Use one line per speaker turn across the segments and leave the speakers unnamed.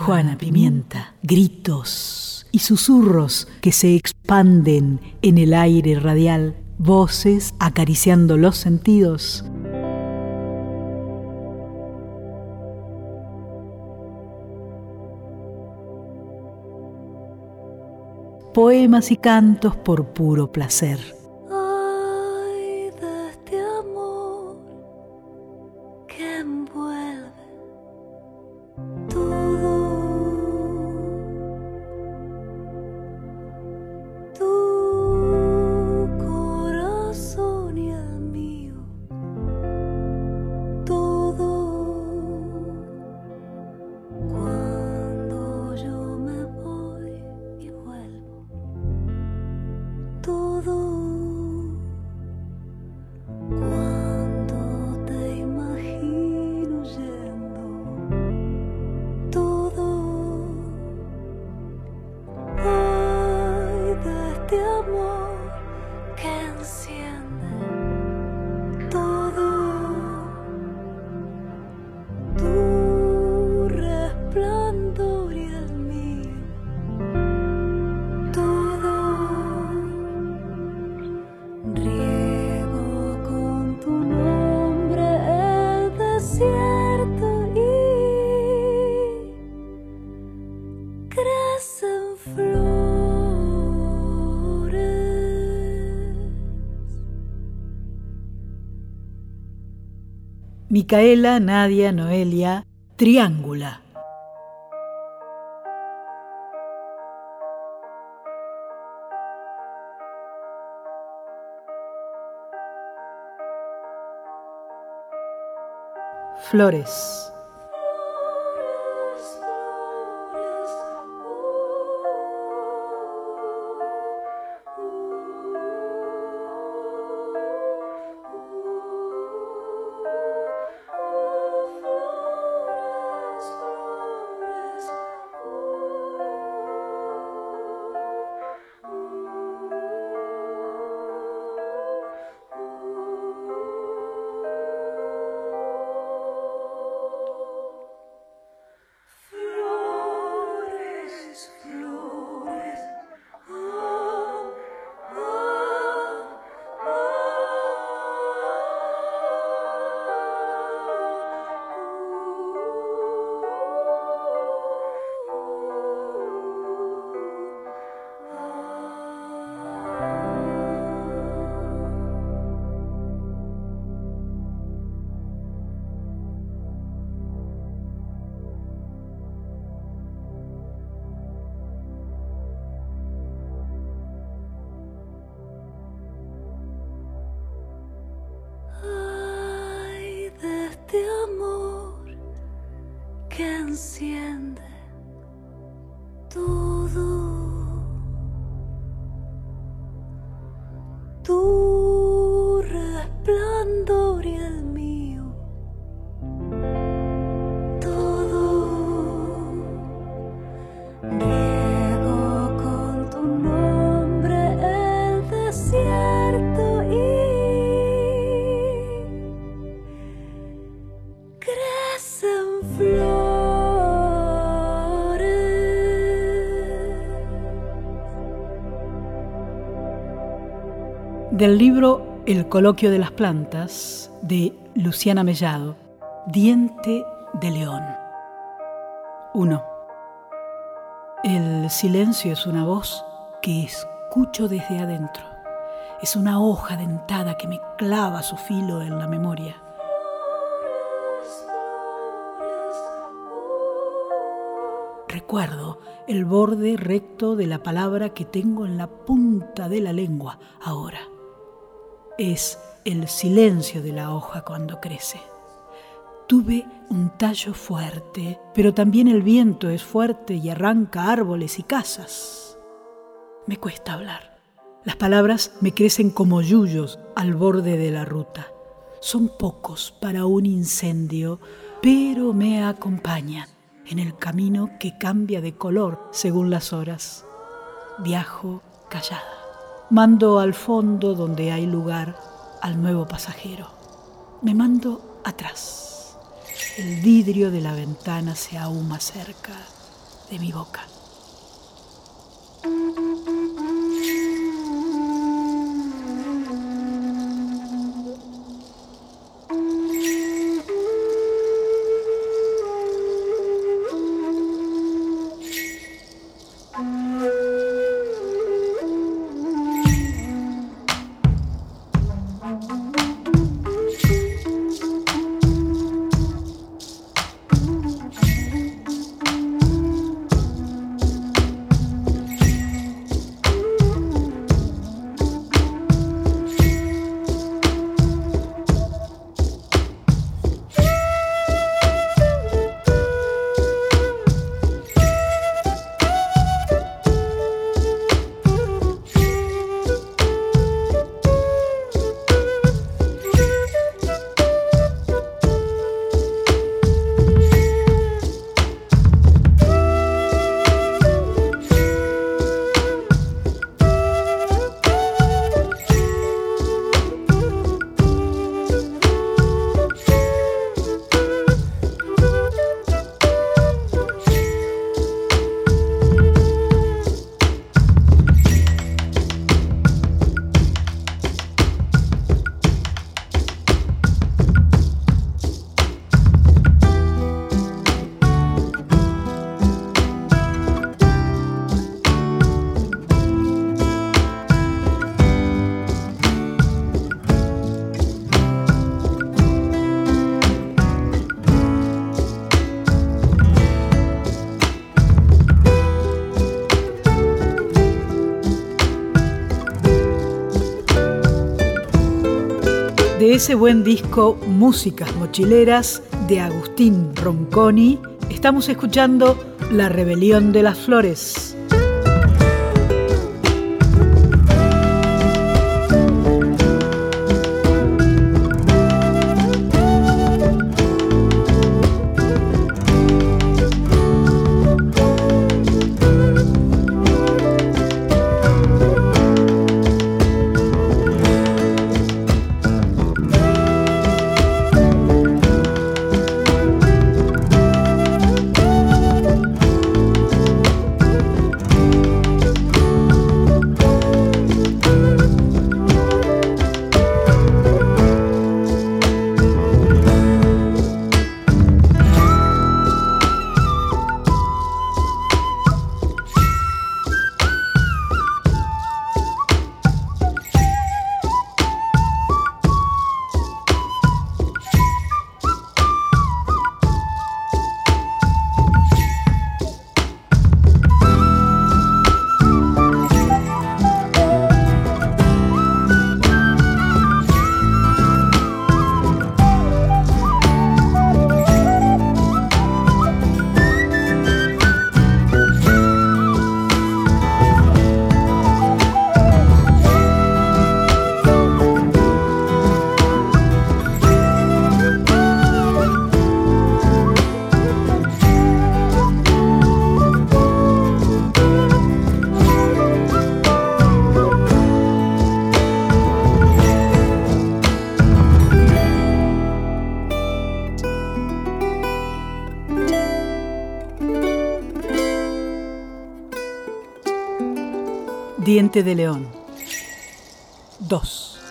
Juana Pimienta, gritos y susurros que se expanden en el aire radial, voces acariciando los sentidos. Poemas y cantos por puro placer.
Ay, de este amor que envuelve todo, tu corazón y el mío, todo. Cuando yo me voy y vuelvo, todo. Cuando te imagino yendo, todo. Ay, de este amor que enciende todo, tu resplandor y el mío, todo. Riego con tu nombre el desierto y crecen flores.
Micaela, Nadia, Noelia, Triángula. Flores.
Ay, de este amor que enciende todo, tu resplandor y el mío, todo. Riego con tu nombre el desierto y crecen flores.
Del libro El coloquio de las plantas, de Luciana Mellado, Diente de león. 1. El silencio es una voz que escucho desde adentro. Es una hoja dentada que me clava su filo en la memoria. Recuerdo el borde recto de la palabra que tengo en la punta de la lengua ahora. Es el silencio de la hoja cuando crece. Tuve un tallo fuerte, pero también el viento es fuerte y arranca árboles y casas. Me cuesta hablar. Las palabras me crecen como yuyos al borde de la ruta. Son pocos para un incendio, pero me acompañan en el camino que cambia de color según las horas. Viajo callada. Mando al fondo donde hay lugar al nuevo pasajero. Me mando atrás. El vidrio de la ventana se ahuma cerca. de mi boca. De ese buen disco Músicas Mochileras de Agustín Ronconi, estamos escuchando La Rebelión de las Flores. Diente de león. 2.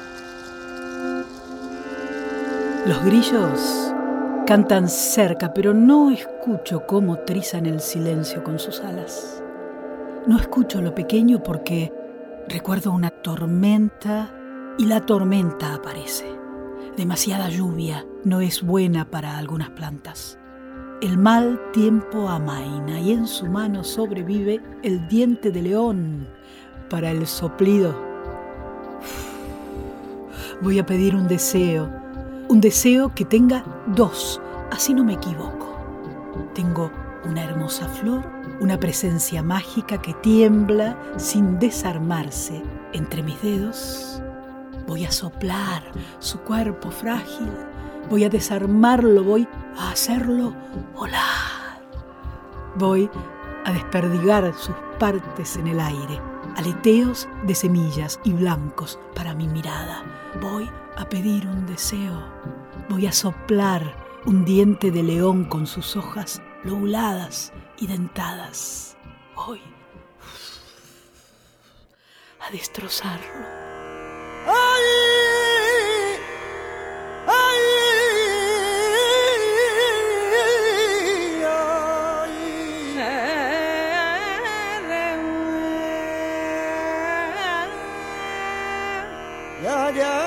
Los grillos cantan cerca, pero no escucho cómo trizan el silencio con sus alas. No escucho lo pequeño porque recuerdo una tormenta y la tormenta aparece. Demasiada lluvia no es buena para algunas plantas. El mal tiempo amaina y en su mano sobrevive el diente de león para el soplido. Voy a pedir un deseo que tenga 2, así no me equivoco. Tengo una hermosa flor, una presencia mágica que tiembla sin desarmarse entre mis dedos. Voy a soplar su cuerpo frágil, voy a desarmarlo, voy a hacerlo volar. Voy a desperdigar sus partes en el aire, aleteos de semillas y blancos para mi mirada. Voy a pedir un deseo, voy a soplar un diente de león con sus hojas lobuladas y dentadas. Voy a destrozarlo.
¡Ay! ¡Ay! Ya, ya.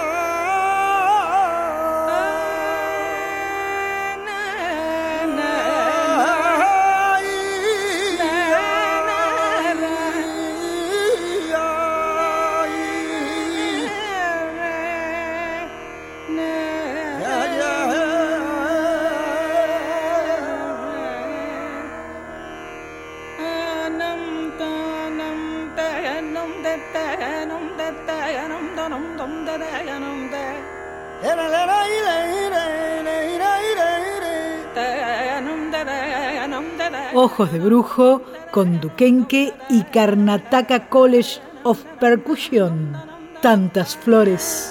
Ojos de Brujo con Duquenque y Karnataka College of Percussion. Tantas flores.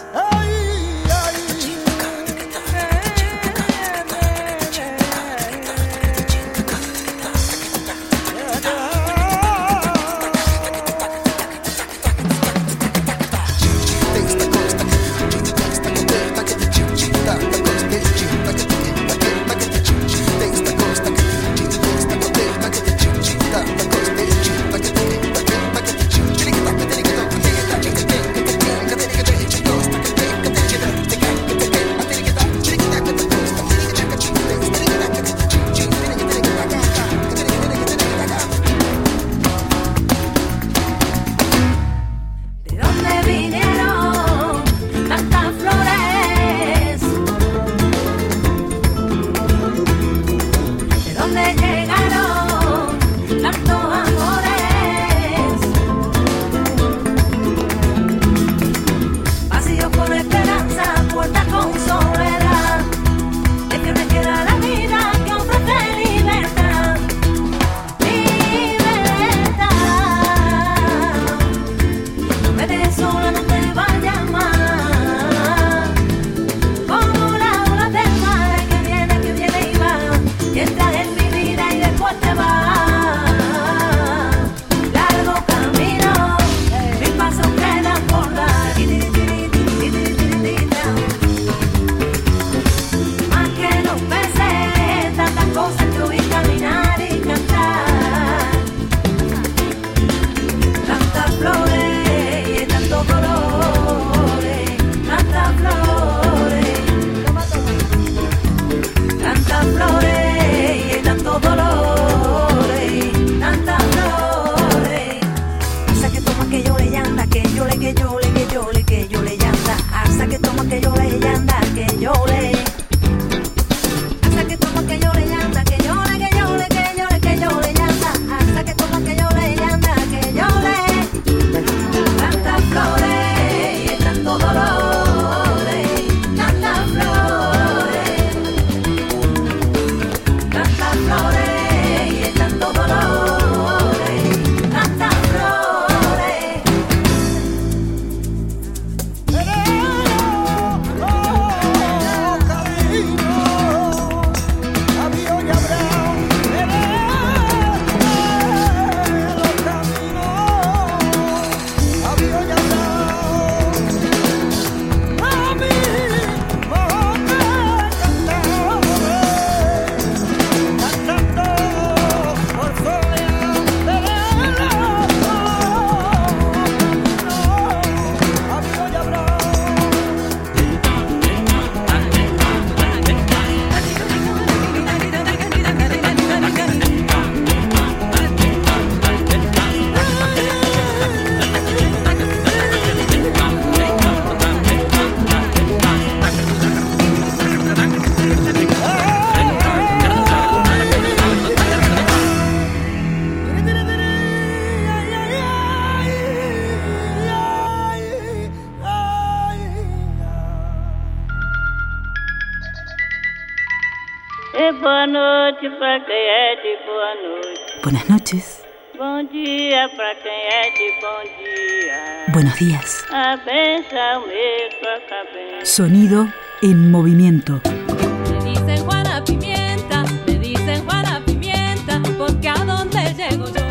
Boa noite pra quem é de boa noite.
Buenas noches.
Bom dia pra quem é de bom dia.
Buenos días.
A benção me toca bem.
Sonido en movimiento.
Me dicen Juana Pimienta, porque adoro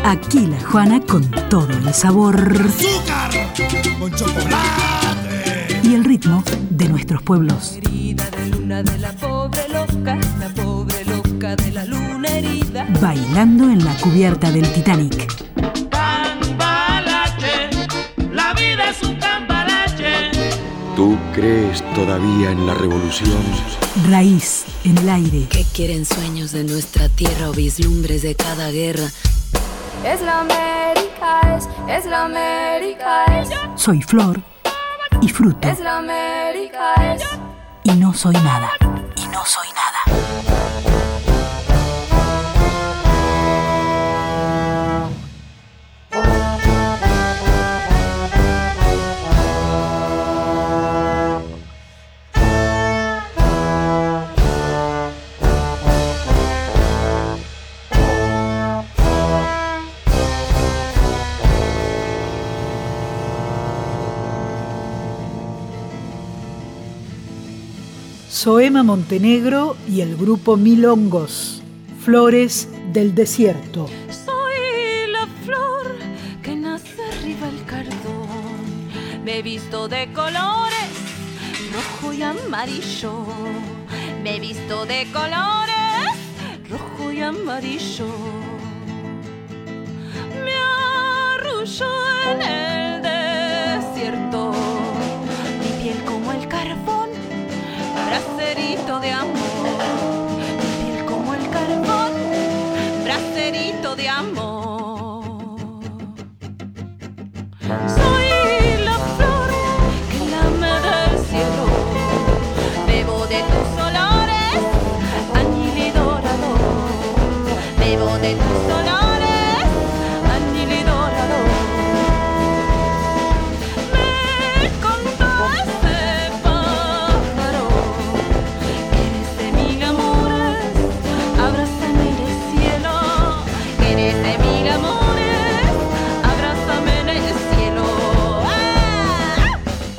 Aquí la Juana con todo el sabor
¡Azúcar! ¡Con chocolate!
y el ritmo de nuestros pueblos.
Herida de luna de la pobre loca de la luna herida.
Bailando en la cubierta del Titanic.
Cambalache, la vida es un cambalache.
¿Tú crees todavía en la revolución?
Raíz en el aire.
¿Qué quieren sueños de nuestra tierra o vislumbres de cada guerra?
Es la América, es la América,
Soy flor y fruto.
es la América,
Y no soy nada. Y no soy nada.
Zoema Montenegro y el grupo Milongos, Flores del Desierto.
Soy la flor que nace arriba el cardón. Me he visto de colores, rojo y amarillo. Me he visto de colores, rojo y amarillo. Me arrulló en el desierto. Mi piel como el carbón, bracerito de amor. Mi piel como el carbón, bracerito de amor. Soy la flor que lame del cielo. Bebo de tus olores, añil y dorado. Bebo de tus olores, añil y dorado. Me contó ese pájaro que eres de mil amores, abrázame en el cielo. Que eres de mil amores, abrázame en el cielo. ¡Ah!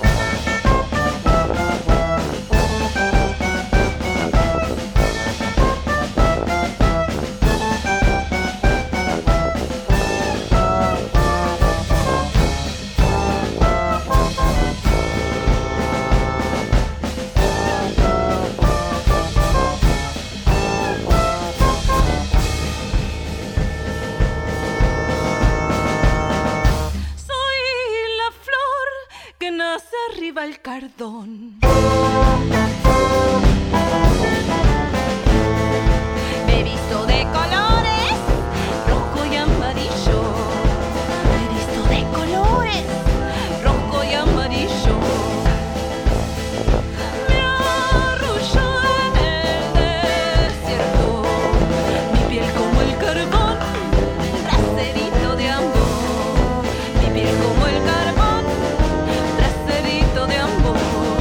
Soy la flor que nace arriba el cardón. Me he visto de colores, rojo y amarillo. Me he visto de colores, rojo y amarillo. Me arrulló en el desierto. Mi piel como el carbón, bracerito de amor. Mi piel como el carbón, bracerito de amor.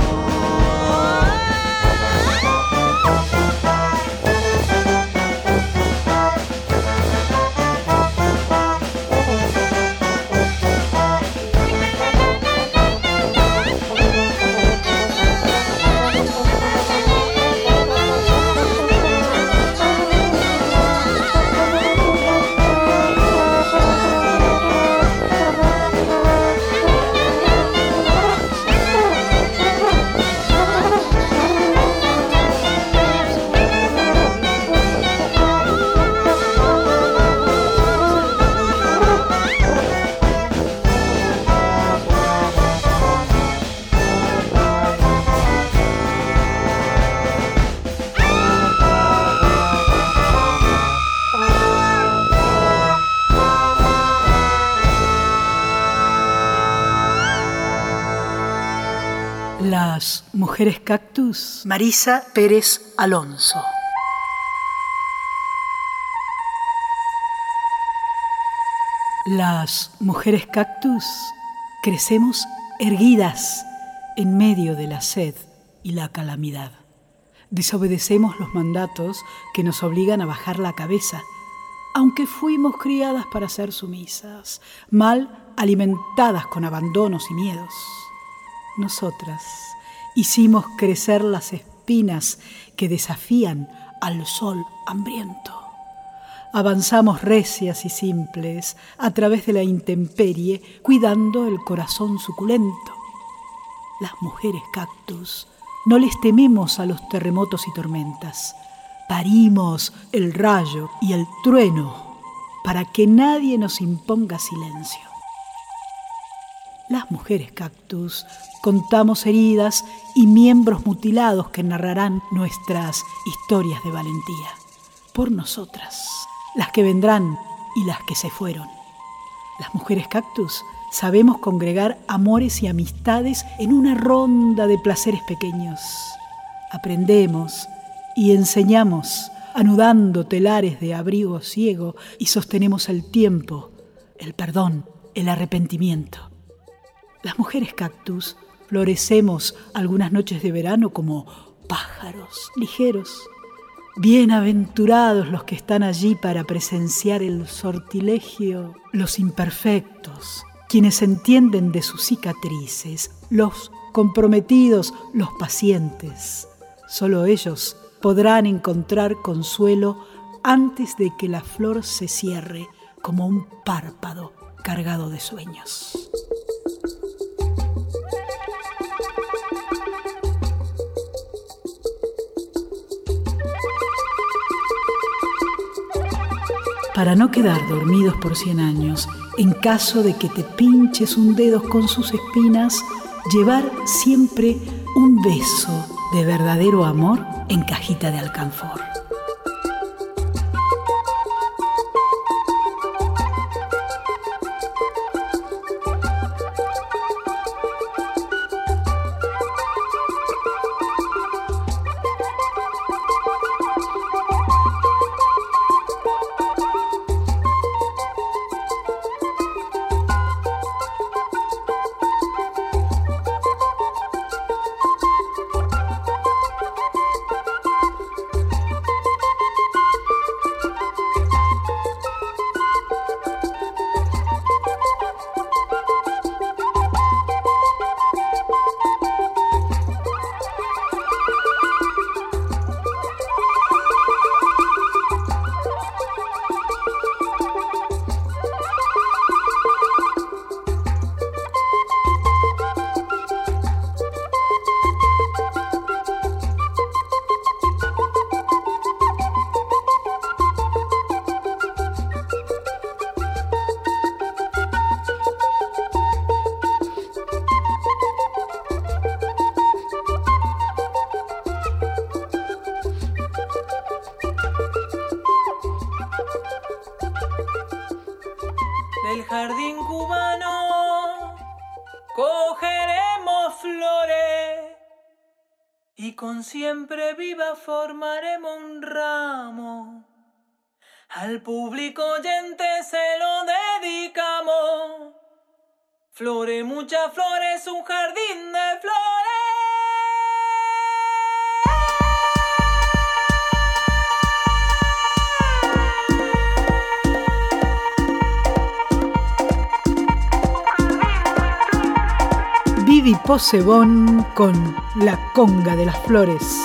Las mujeres cactus, Marisa Pérez Alonso. Las mujeres cactus crecemos erguidas en medio de la sed y la calamidad. Desobedecemos los mandatos que nos obligan a bajar la cabeza, aunque fuimos criadas para ser sumisas, mal alimentadas con abandonos y miedos. Nosotras hicimos crecer las espinas que desafían al sol hambriento. avanzamos recias y simples a través de la intemperie, cuidando el corazón suculento. Las mujeres cactus no les tememos a los terremotos y tormentas. Parimos el rayo y el trueno para que nadie nos imponga silencio. Las mujeres cactus contamos heridas y miembros mutilados que narrarán nuestras historias de valentía. Por nosotras, las que vendrán y las que se fueron. Las mujeres cactus sabemos congregar amores y amistades en una ronda de placeres pequeños. Aprendemos y enseñamos anudando telares de abrigo ciego y sostenemos el tiempo, el perdón, el arrepentimiento. Las mujeres cactus florecemos algunas noches de verano como pájaros ligeros. Bienaventurados los que están allí para presenciar el sortilegio, los imperfectos, quienes entienden de sus cicatrices, los comprometidos, los pacientes. Solo ellos podrán encontrar consuelo antes de que la flor se cierre como un párpado cargado de sueños. Para no quedar dormidos por 100 años, en caso de que te pinches un dedo con sus espinas, llevar siempre un beso de verdadero amor en cajita de alcanfor.
Del jardín cubano cogeremos flores y con siempre viva formaremos un ramo. Al público oyente se lo dedicamos. Flores, muchas flores, un jardín de flores.
Vivi Possebón con La Conga de las Flores.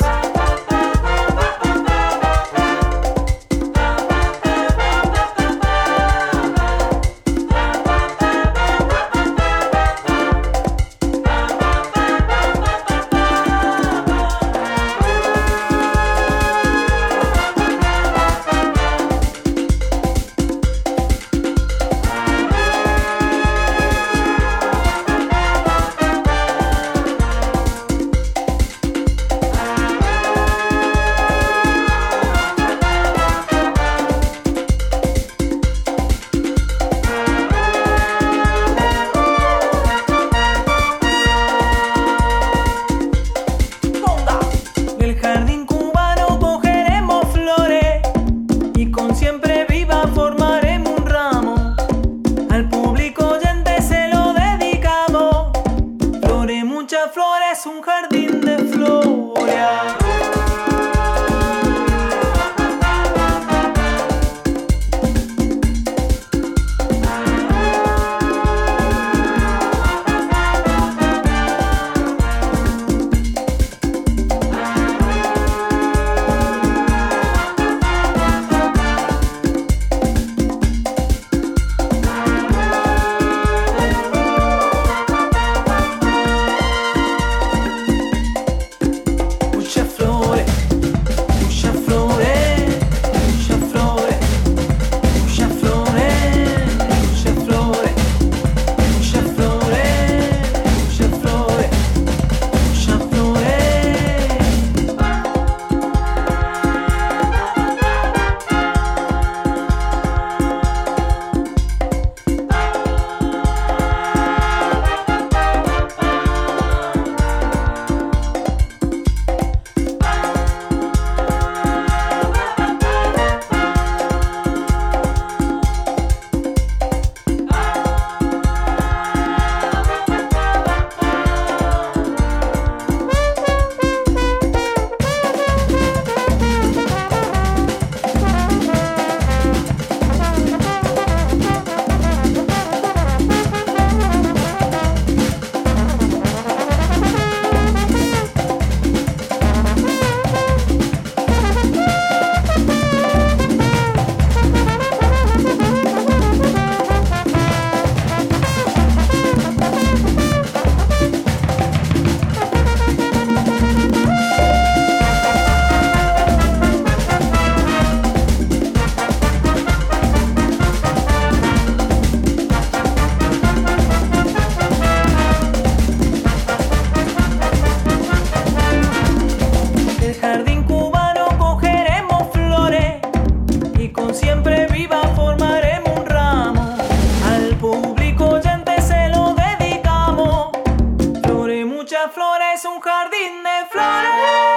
flor es un jardín de flores.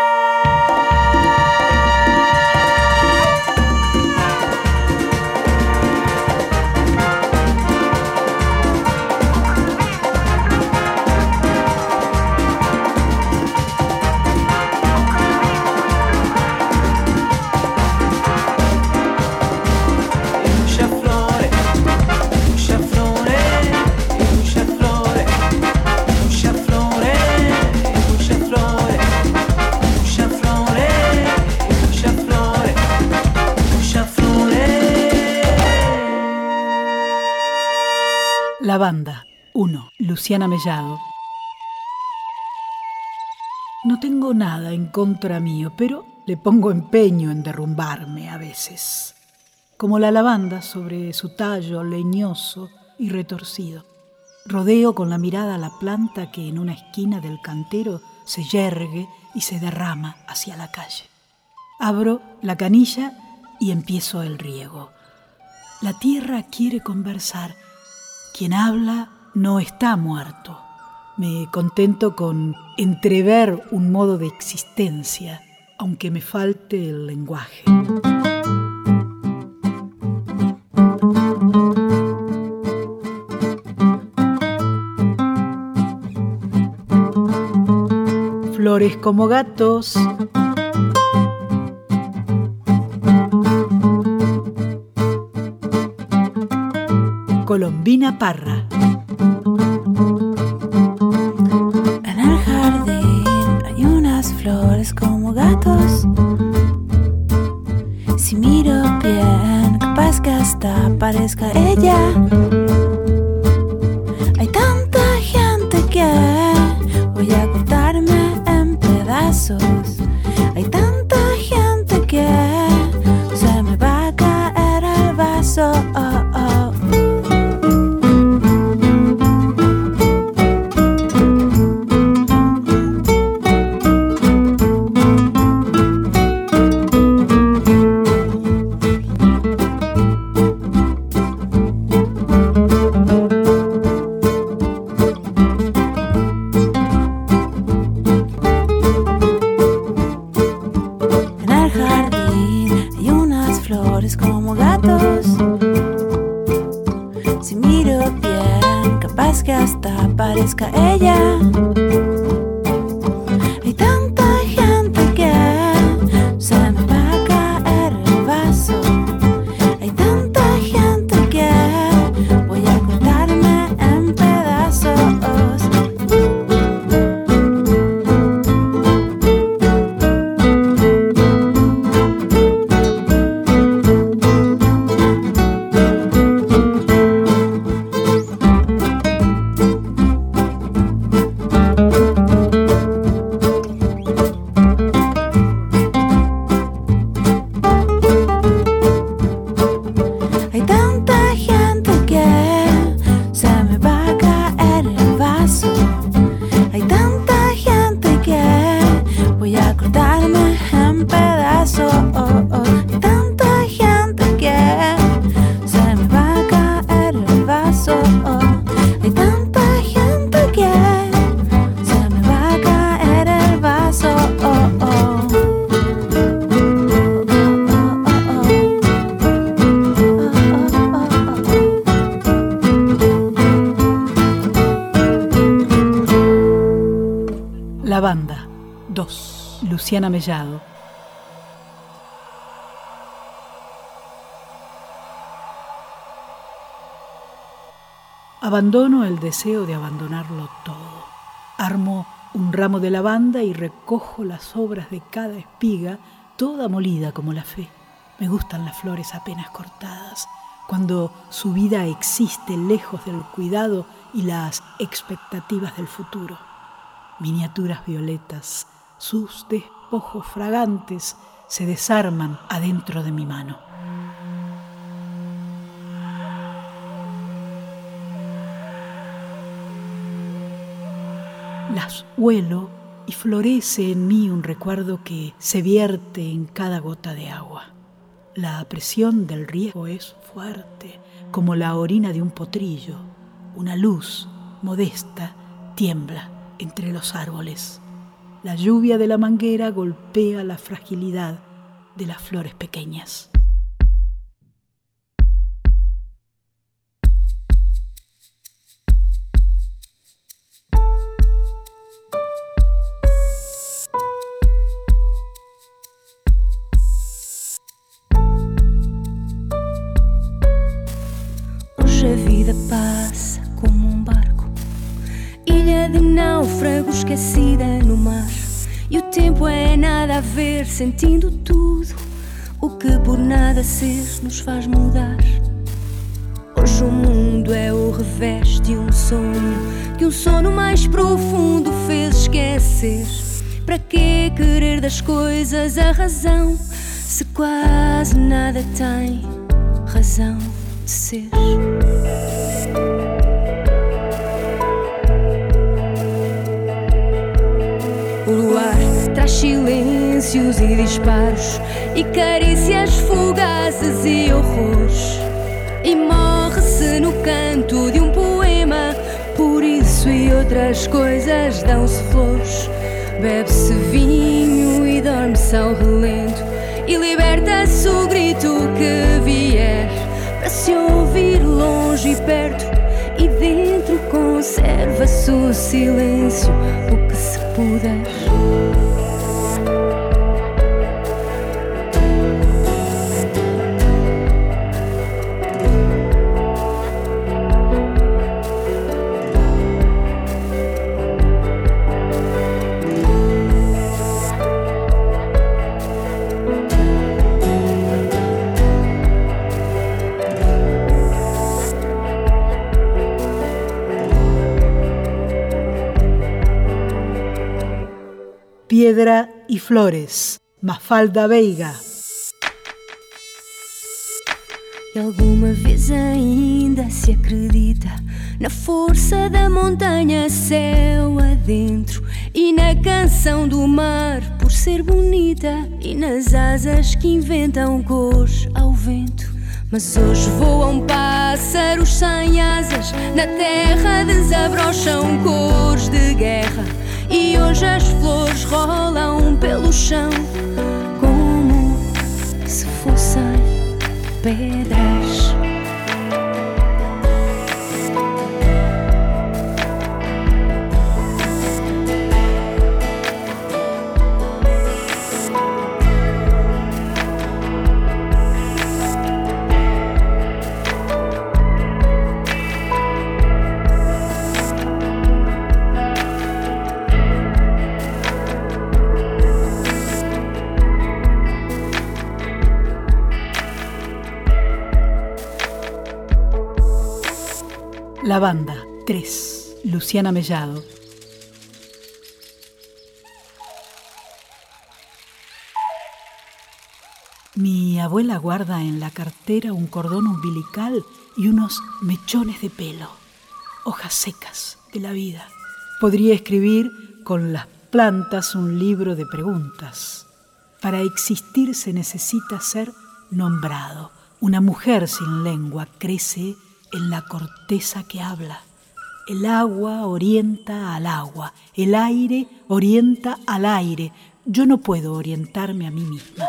Lavanda 1. Luciana Mellado. No tengo nada en contra mío, pero le pongo empeño en derrumbarme a veces, como la lavanda sobre su tallo leñoso y retorcido. Rodeo con la mirada la planta que en una esquina del cantero se yergue y se derrama hacia la calle. Abro la canilla y empiezo el riego. La tierra quiere conversar. Quien habla no está muerto. Me contento con entrever un modo de existencia, aunque me falte el lenguaje. Flores como gatos. Colombina Parra.
En el jardín hay unas flores como gatos. Si miro bien, capaz que hasta parezca ella. Hay tanta gente que voy a cortarme en pedazos. Hay tanta gente que se me va a caer el vaso. Parezca ella. Hay tanta gente que se me va a caer el vaso. Hay tanta gente que voy a cortarme en pedazos.
Lavanda 2. Luciana Mellado. Abandono el deseo de abandonarlo todo. Armo un ramo de lavanda y recojo las sobras de cada espiga, toda molida como la fe. Me gustan las flores apenas cortadas, cuando su vida existe lejos del cuidado y las expectativas del futuro. Miniaturas violetas, sus despojos fragantes se desarman adentro de mi mano. Las huelo y florece en mí un recuerdo que se vierte en cada gota de agua. La presión del riego es fuerte, como la orina de un potrillo. Una luz modesta tiembla entre los árboles. La lluvia de la manguera golpea la fragilidad de las flores pequeñas.
Hoje a vida passa como barco, ilha de náufrago esquecida no mar. E o tempo é nada a ver, sentindo tudo o que por nada ser nos faz mudar. Hoje o mundo é o revés de um sono, que um sono mais profundo fez esquecer. Para que querer das coisas a razão, se quase nada tem razão de ser? O luar traz silêncios e disparos, e carícias fugazes e horrores, e morre-se no canto de um poema. Por isso e outras coisas dão-se flores, bebe-se vinho e dorme-se ao relento, e liberta-se o grito que vier, para se ouvir longe e perto, e dentro conserva-se o silêncio, o que se puder.
Piedra e Flores, Mafalda Veiga.
E alguma vez ainda se acredita na força da montanha céu adentro, e na canção do mar por ser bonita, e nas asas que inventam cores ao vento. Mas hoje voam pássaros sem asas, na terra desabrocham cores de guerra, e hoje as flores rolam pelo chão como se fossem pedras.
La Banda 3, Luciana Mellado. Mi abuela guarda en la cartera un cordón umbilical y unos mechones de pelo, hojas secas de la vida. Podría escribir con las plantas un libro de preguntas. Para existir se necesita ser nombrado. Una mujer sin lengua crece en la corteza que habla. El agua orienta al agua, el aire orienta al aire. Yo no puedo orientarme a mí misma.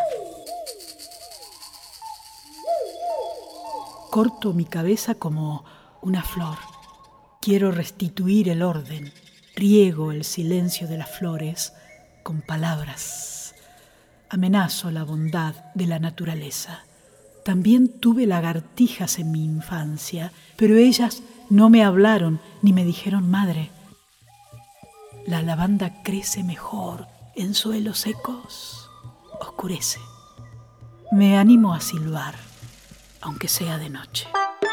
Corto mi cabeza como una flor. Quiero restituir el orden. Riego el silencio de las flores con palabras. Amenazo la bondad de la naturaleza. También tuve lagartijas en mi infancia, pero ellas no me hablaron ni me dijeron madre. La lavanda crece mejor en suelos secos, oscurece. Me animo a silbar, aunque sea de noche.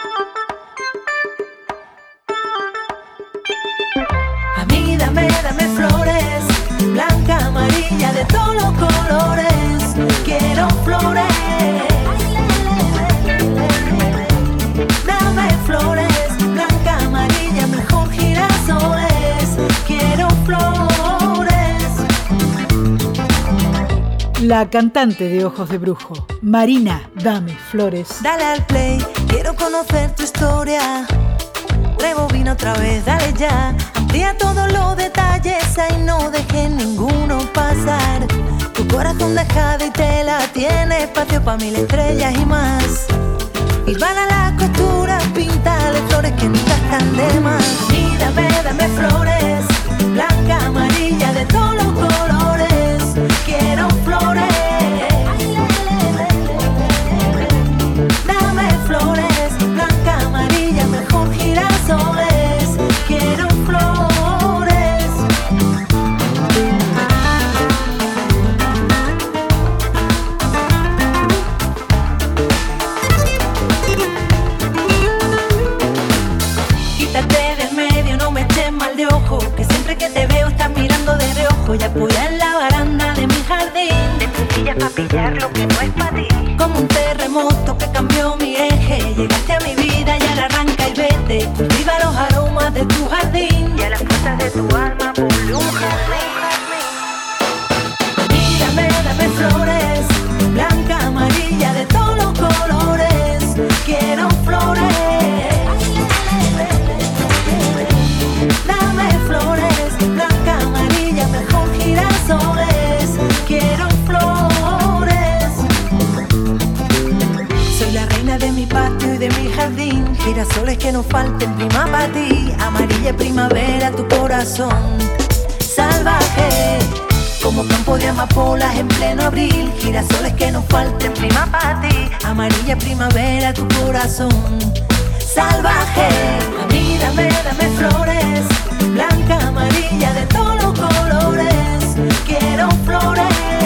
A mí dame flores, blanca, amarilla, de todos los colores. Quiero flores. Dame flores, blanca, amarilla, mejor girasoles. Quiero flores.
La cantante de Ojos de Brujo, Marina, dame flores.
Dale al play, quiero conocer tu historia. Rebobina otra vez, dale ya. Sonría todos los detalles, ay, no dejé ninguno pasar. Tu corazón dejado y tela tiene espacio para 1000 estrellas y más. Y van a la costura, píntale flores que nunca están de más. Y dame flores, blanca, amarilla, de todos los colores. Quiero flores. Dame flores, blanca, amarilla, mejor girasoles. Quiero flores. Quítate del medio, no me eches mal de ojo, que siempre que te veo estás mirando de reojo. Y apoya en la baranda de mi jardín, de puntillas pa' pillar lo que no es pa' ti. Como un terremoto que cambió mi eje, llegaste a mi vida y ahora arranca y vete. Cultiva los aromas de tu jardín y a las puertas de tu alma ponle un jardín. Dame flores, blanca, amarilla, de todos los colores. Quiero flores. Dame flores, blanca, amarilla, mejor girasoles. Quiero flores. Soy la reina de mi patio y de mi jardín. Girasoles que no falten, prima para ti. Amarilla primavera, tu corazón salvaje. Como campo de amapolas en pleno abril. Girasoles que no falten, prima para ti. Amarilla primavera, tu corazón salvaje. A mí dame flores, blanca, amarilla, de todos los colores. Quiero flores.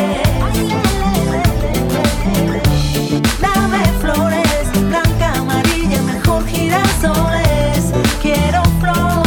Dame flores, blanca, amarilla, mejor girasoles. Quiero flores.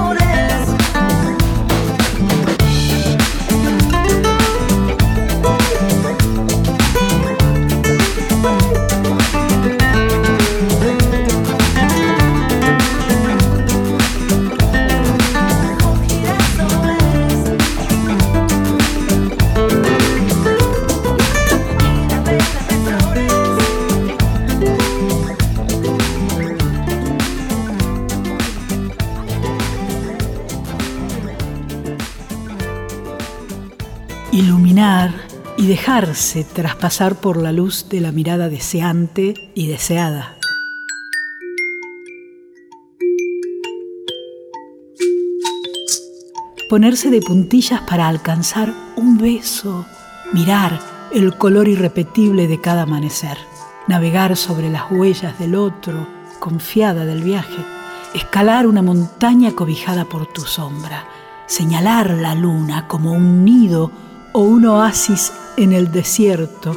Iluminar y dejarse traspasar por la luz de la mirada deseante y deseada. Ponerse de puntillas para alcanzar un beso, mirar el color irrepetible de cada amanecer, navegar sobre las huellas del otro, confiada del viaje, escalar una montaña cobijada por tu sombra, señalar la luna como un nido o un oasis en el desierto,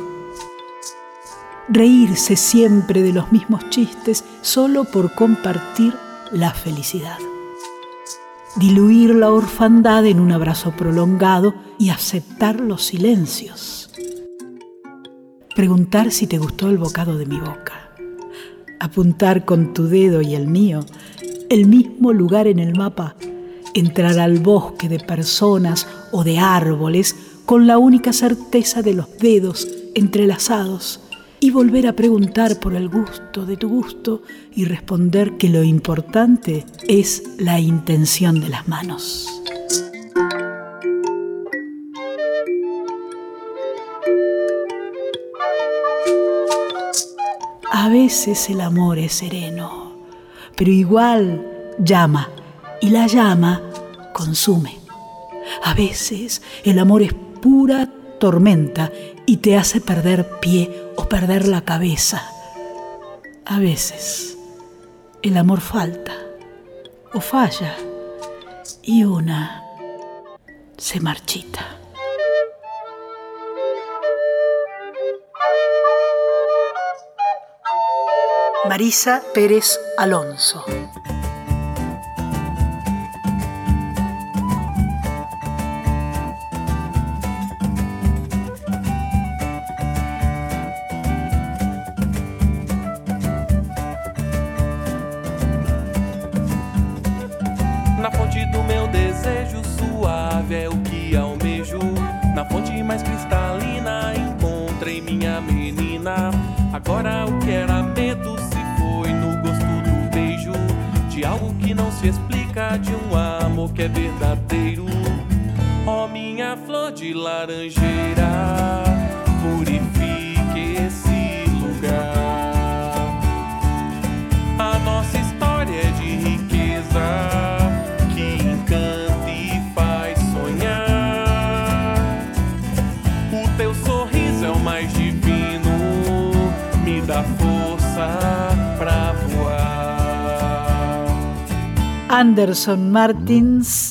reírse siempre de los mismos chistes solo por compartir la felicidad, diluir la orfandad en un abrazo prolongado y aceptar los silencios, preguntar si te gustó el bocado de mi boca, apuntar con tu dedo y el mío el mismo lugar en el mapa, entrar al bosque de personas o de árboles con la única certeza de los dedos entrelazados y volver a preguntar por el gusto de tu gusto y responder que lo importante es la intención de las manos. A veces el amor es sereno, pero igual llama y la llama consume. A veces el amor es pura tormenta y te hace perder pie o perder la cabeza. A veces el amor falta o falla y una se marchita. Marisa Pérez Alonso.
Na fonte do meu desejo suave é o que almejo. Na fonte mais cristalina encontrei minha menina. Agora o que era medo se foi no gosto do beijo, de algo que não se explica. explica de amor que é verdadeiro. Ó minha flor de laranjeira, purifique esse lugar. A nossa história é de riqueza que encanta e faz sonhar. O teu sorriso é o mais divino, me dá força pra voar.
Anderson Martins.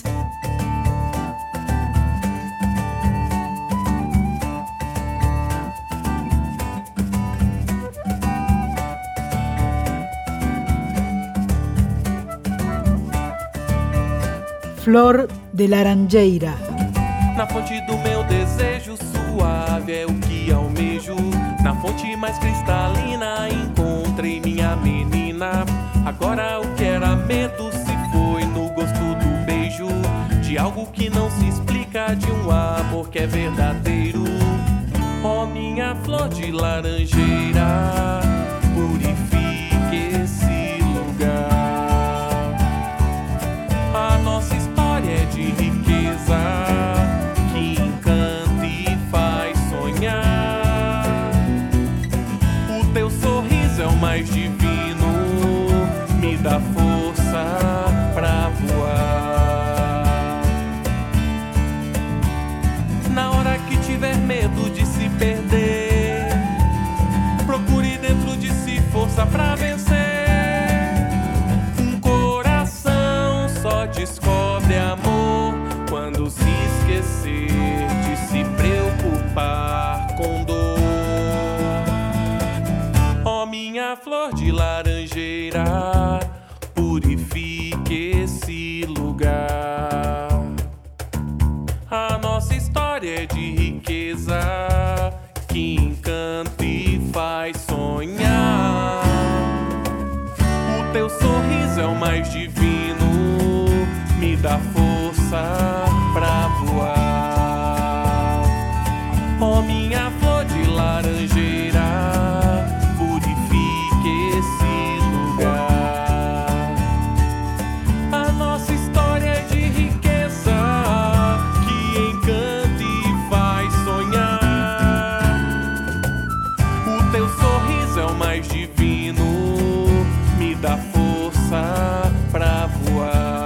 Flor de Laranjeira.
Na fonte do meu desejo suave é o que almejo. Na fonte mais cristalina encontrei minha menina. Agora o que era medo se foi no gosto do beijo, de algo que não se explica, de um amor que é verdadeiro. Ó minha flor de laranjeira, purifique esse lugar. A nossa história é de riqueza que encanta e faz sonhar. O teu sorriso é o mais divino, me dá força pra voar. Na hora que tiver medo de se perder, procure dentro de si força pra vencer. Um coração só descobre amor quando se esquecer de se preocupar com dor. Ó minha flor de laranjeira, purifique esse lugar. A nossa história é de riqueza que encanta e faz sonhar. O teu sorriso é o mais divino, me dá força pra voar. Ó minha flor de laranjeira, purifique esse lugar. A nossa história é de riqueza que encanta e faz sonhar. O teu sorriso é o mais divino, me dá força pra voar.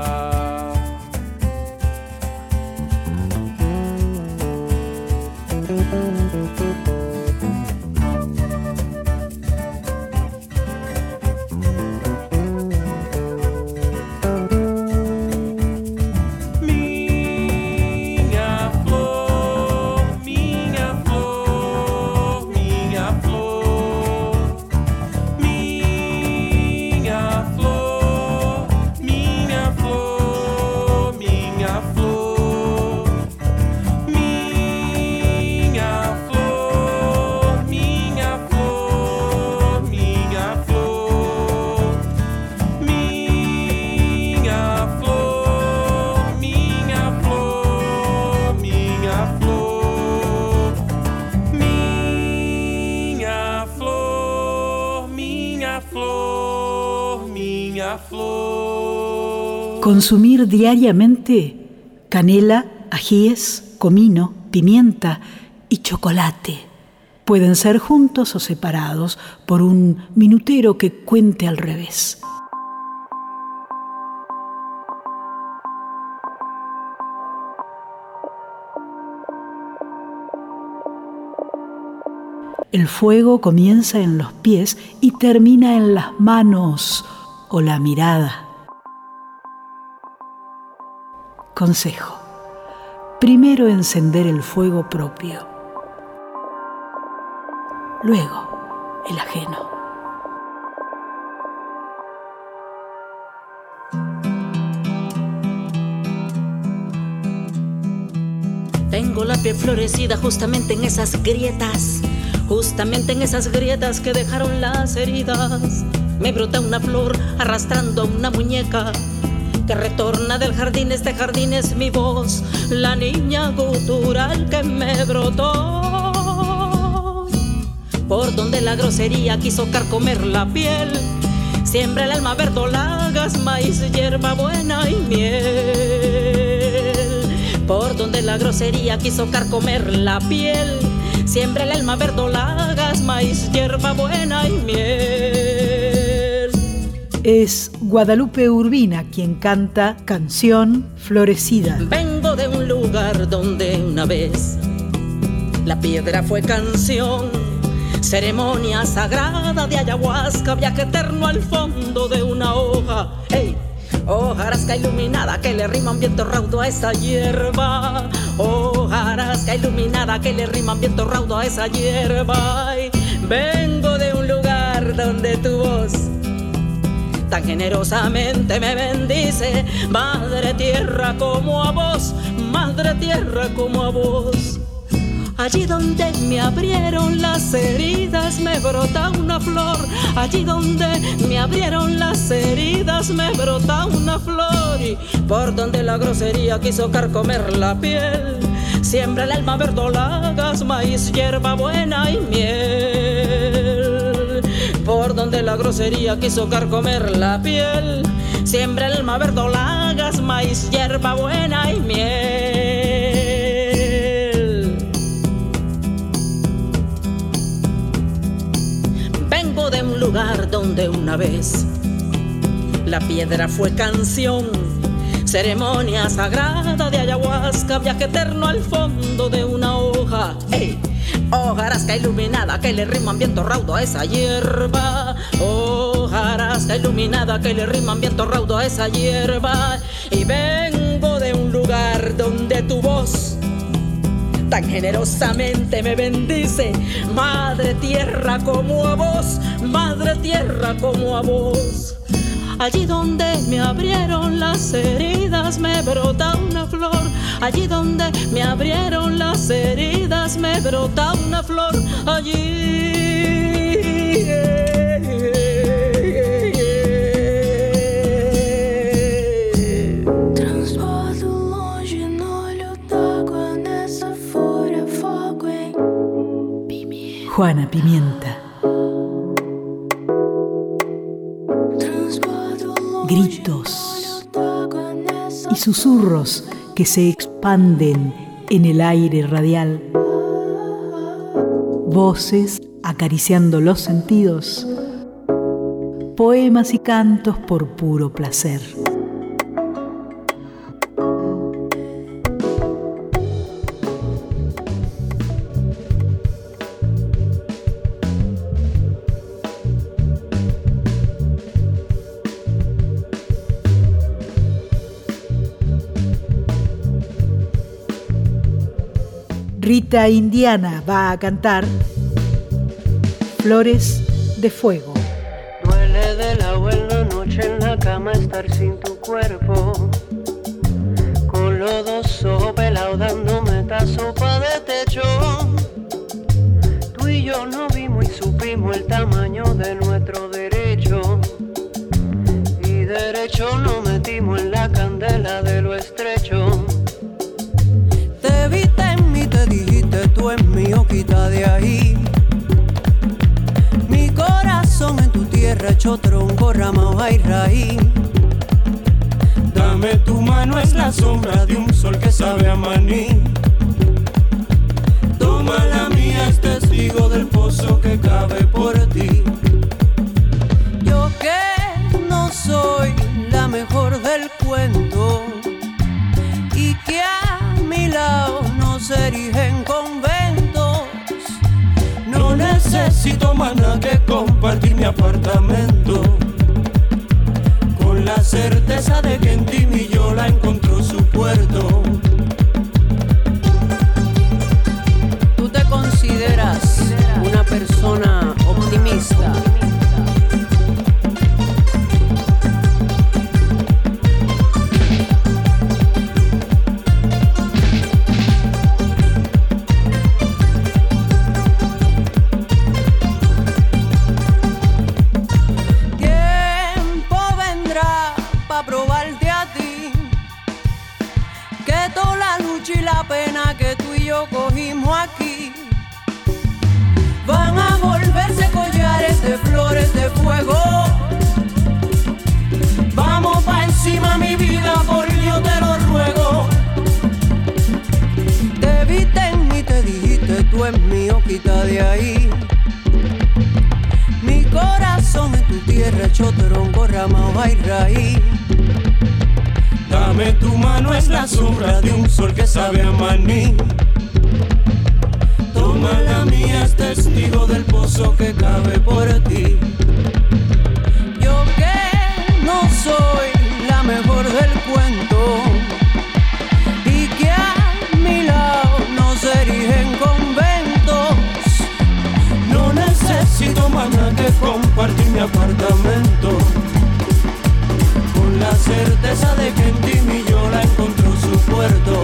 Consumir diariamente canela, ajíes, comino, pimienta y chocolate. Pueden ser juntos o separados por un minutero que cuente al revés. El fuego comienza en los pies y termina en las manos o la mirada. Consejo: primero encender el fuego propio, luego el ajeno.
Tengo la piel florecida justamente en esas grietas, justamente en esas grietas que dejaron las heridas. Me brota una flor arrastrando a una muñeca que retorna del jardín. Este jardín es mi voz, la niña gutural que me brotó. Por donde la grosería quiso carcomer la piel, siembra el alma verdolagas, maíz, hierba hierbabuena y miel. Por donde la grosería quiso carcomer la piel, siembra el alma verdolagas, maíz, hierbabuena y miel.
Es Guadalupe Urbina quien canta Canción Florecida.
Vengo de un lugar donde una vez la piedra fue canción, ceremonia sagrada de ayahuasca, viaje eterno al fondo de una hoja. ¡Hey! Hojarasca iluminada que le rima un viento raudo a esa hierba. Hojarasca iluminada que le rima un viento raudo a esa hierba. Y vengo de un lugar donde tu voz tan generosamente me bendice, madre tierra como a vos, madre tierra como a vos. Allí donde me abrieron las heridas me brota una flor. Allí donde me abrieron las heridas me brota una flor. Y por donde la grosería quiso carcomer la piel, siembra el alma verdolagas, maíz, hierbabuena y miel. Por donde la grosería quiso carcomer la piel, siembra el alma verdolagas, maíz, hierbabuena y miel. Vengo de un lugar donde una vez la piedra fue canción, ceremonia sagrada de ayahuasca, viaje eterno al fondo de una hoja. ¡Hey! Hojarasca iluminada que le riman viento raudo a esa hierba. Hojarasca iluminada que le riman viento raudo a esa hierba. Y vengo de un lugar donde tu voz tan generosamente me bendice, madre tierra como a vos, madre tierra como a vos. Allí donde me abrieron las heridas me brota una flor. Allí donde me abrieron las heridas me brota una flor. Allí
Juana Pimienta. Gritos y susurros que se expanden en el aire radial. Voces acariciando los sentidos. Poemas y cantos por puro placer. Rita Indiana va a cantar Flores de Fuego.
Duele de la buena noche en la cama estar sin tu cuerpo, con los dos ojos pelados dándome esta sopa de techo. Tú y yo no vimos y supimos el tamaño de nuestro derecho, y derecho nos metimos en la candela de lo estrecho. Te viste en mí, te dijiste tú es mío, quita de ahí. Mi corazón en tu tierra hecho tronco, rama, hoja y raíz.
Dame tu mano, es la sombra de un sol que sabe a maní. Toma la mía, es testigo del pozo que cabe por ti.
Yo que no soy la mejor del cuento y que a mi lado no se erigen conventos,
no necesito más nada que compartir mi apartamento, con la certeza de que en ti mi Yola encontró su puerto.
¿Tú te consideras una persona optimista? Pena que tú y yo cogimos aquí van a volverse collares de flores de fuego. Vamos pa' encima
a mi vida, por Dios te lo ruego. Te viste en mí, te dijiste tú es mío, quita de ahí. Mi corazón en tu tierra hecho tronco, rama, hoja y raíz. Dame tu mano, es la sombra de un sol que sabe a maní. Toma la mía, es testigo del pozo que cabe por ti. Yo que no soy la mejor del cuento y que a mi lado no se erigen conventos, no necesito más nada que compartir mi apartamento, con la certeza de que en ti mi yo la encontró su puerto.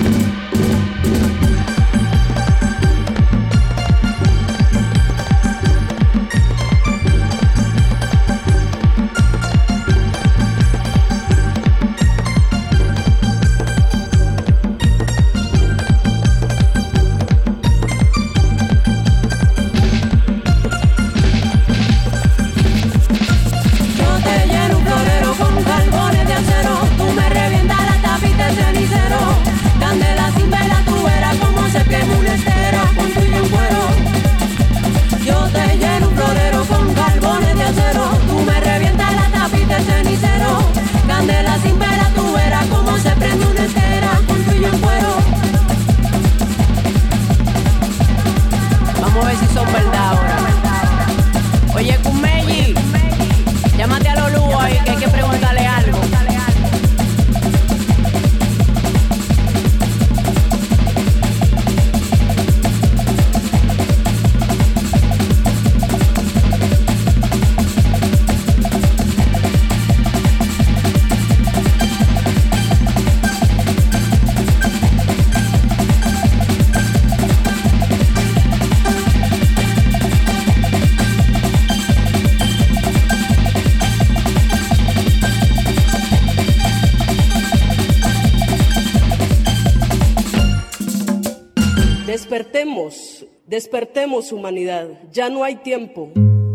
Despertemos, humanidad, ya no hay tiempo.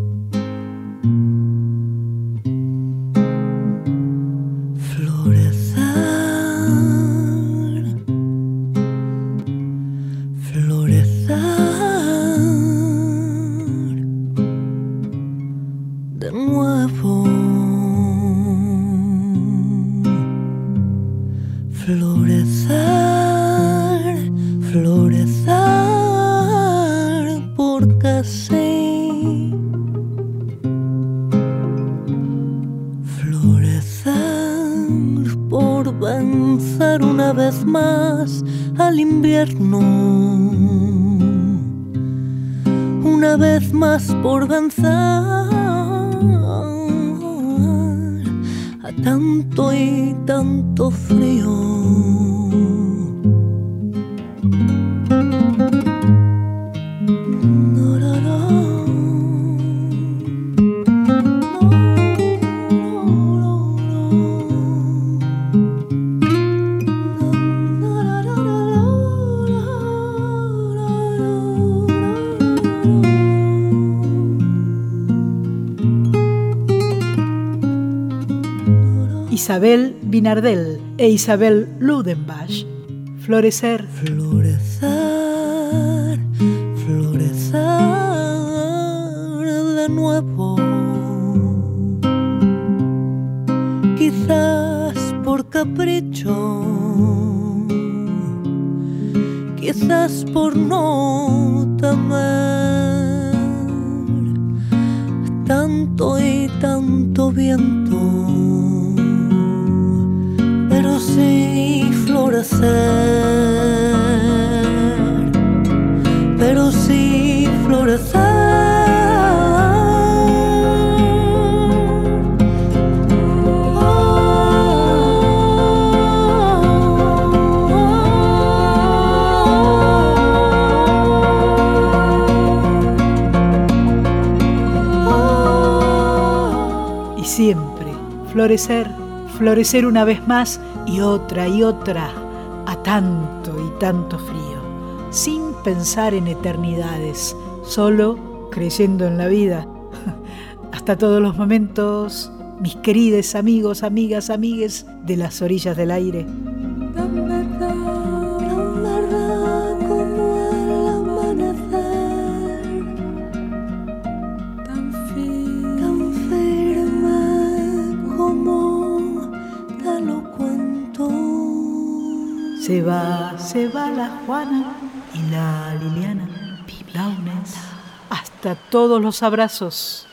De nuevo, florecer, florecer, porque sí, florecer por vencer una vez más al invierno, una vez más por vencer a tanto y tanto frío.
Isabel Binardel e Isabel Ludenbach. Florecer.
Florecer, florecer de nuevo. Quizás por capricho, quizás por no temer tanto y tanto viento. Pero sí florecer, pero sí florecer.
Y siempre florecer, florecer una vez más y otra, a tanto y tanto frío, sin pensar en eternidades, solo creyendo en la vida. Hasta todos los momentos, mis queridos amigos, amigas, amigues de las orillas del aire.
Tan verdad como el amanecer, tan firme como te lo cuento.
Se va la Juana y la Liliana, la UNES. Hasta todos los abrazos.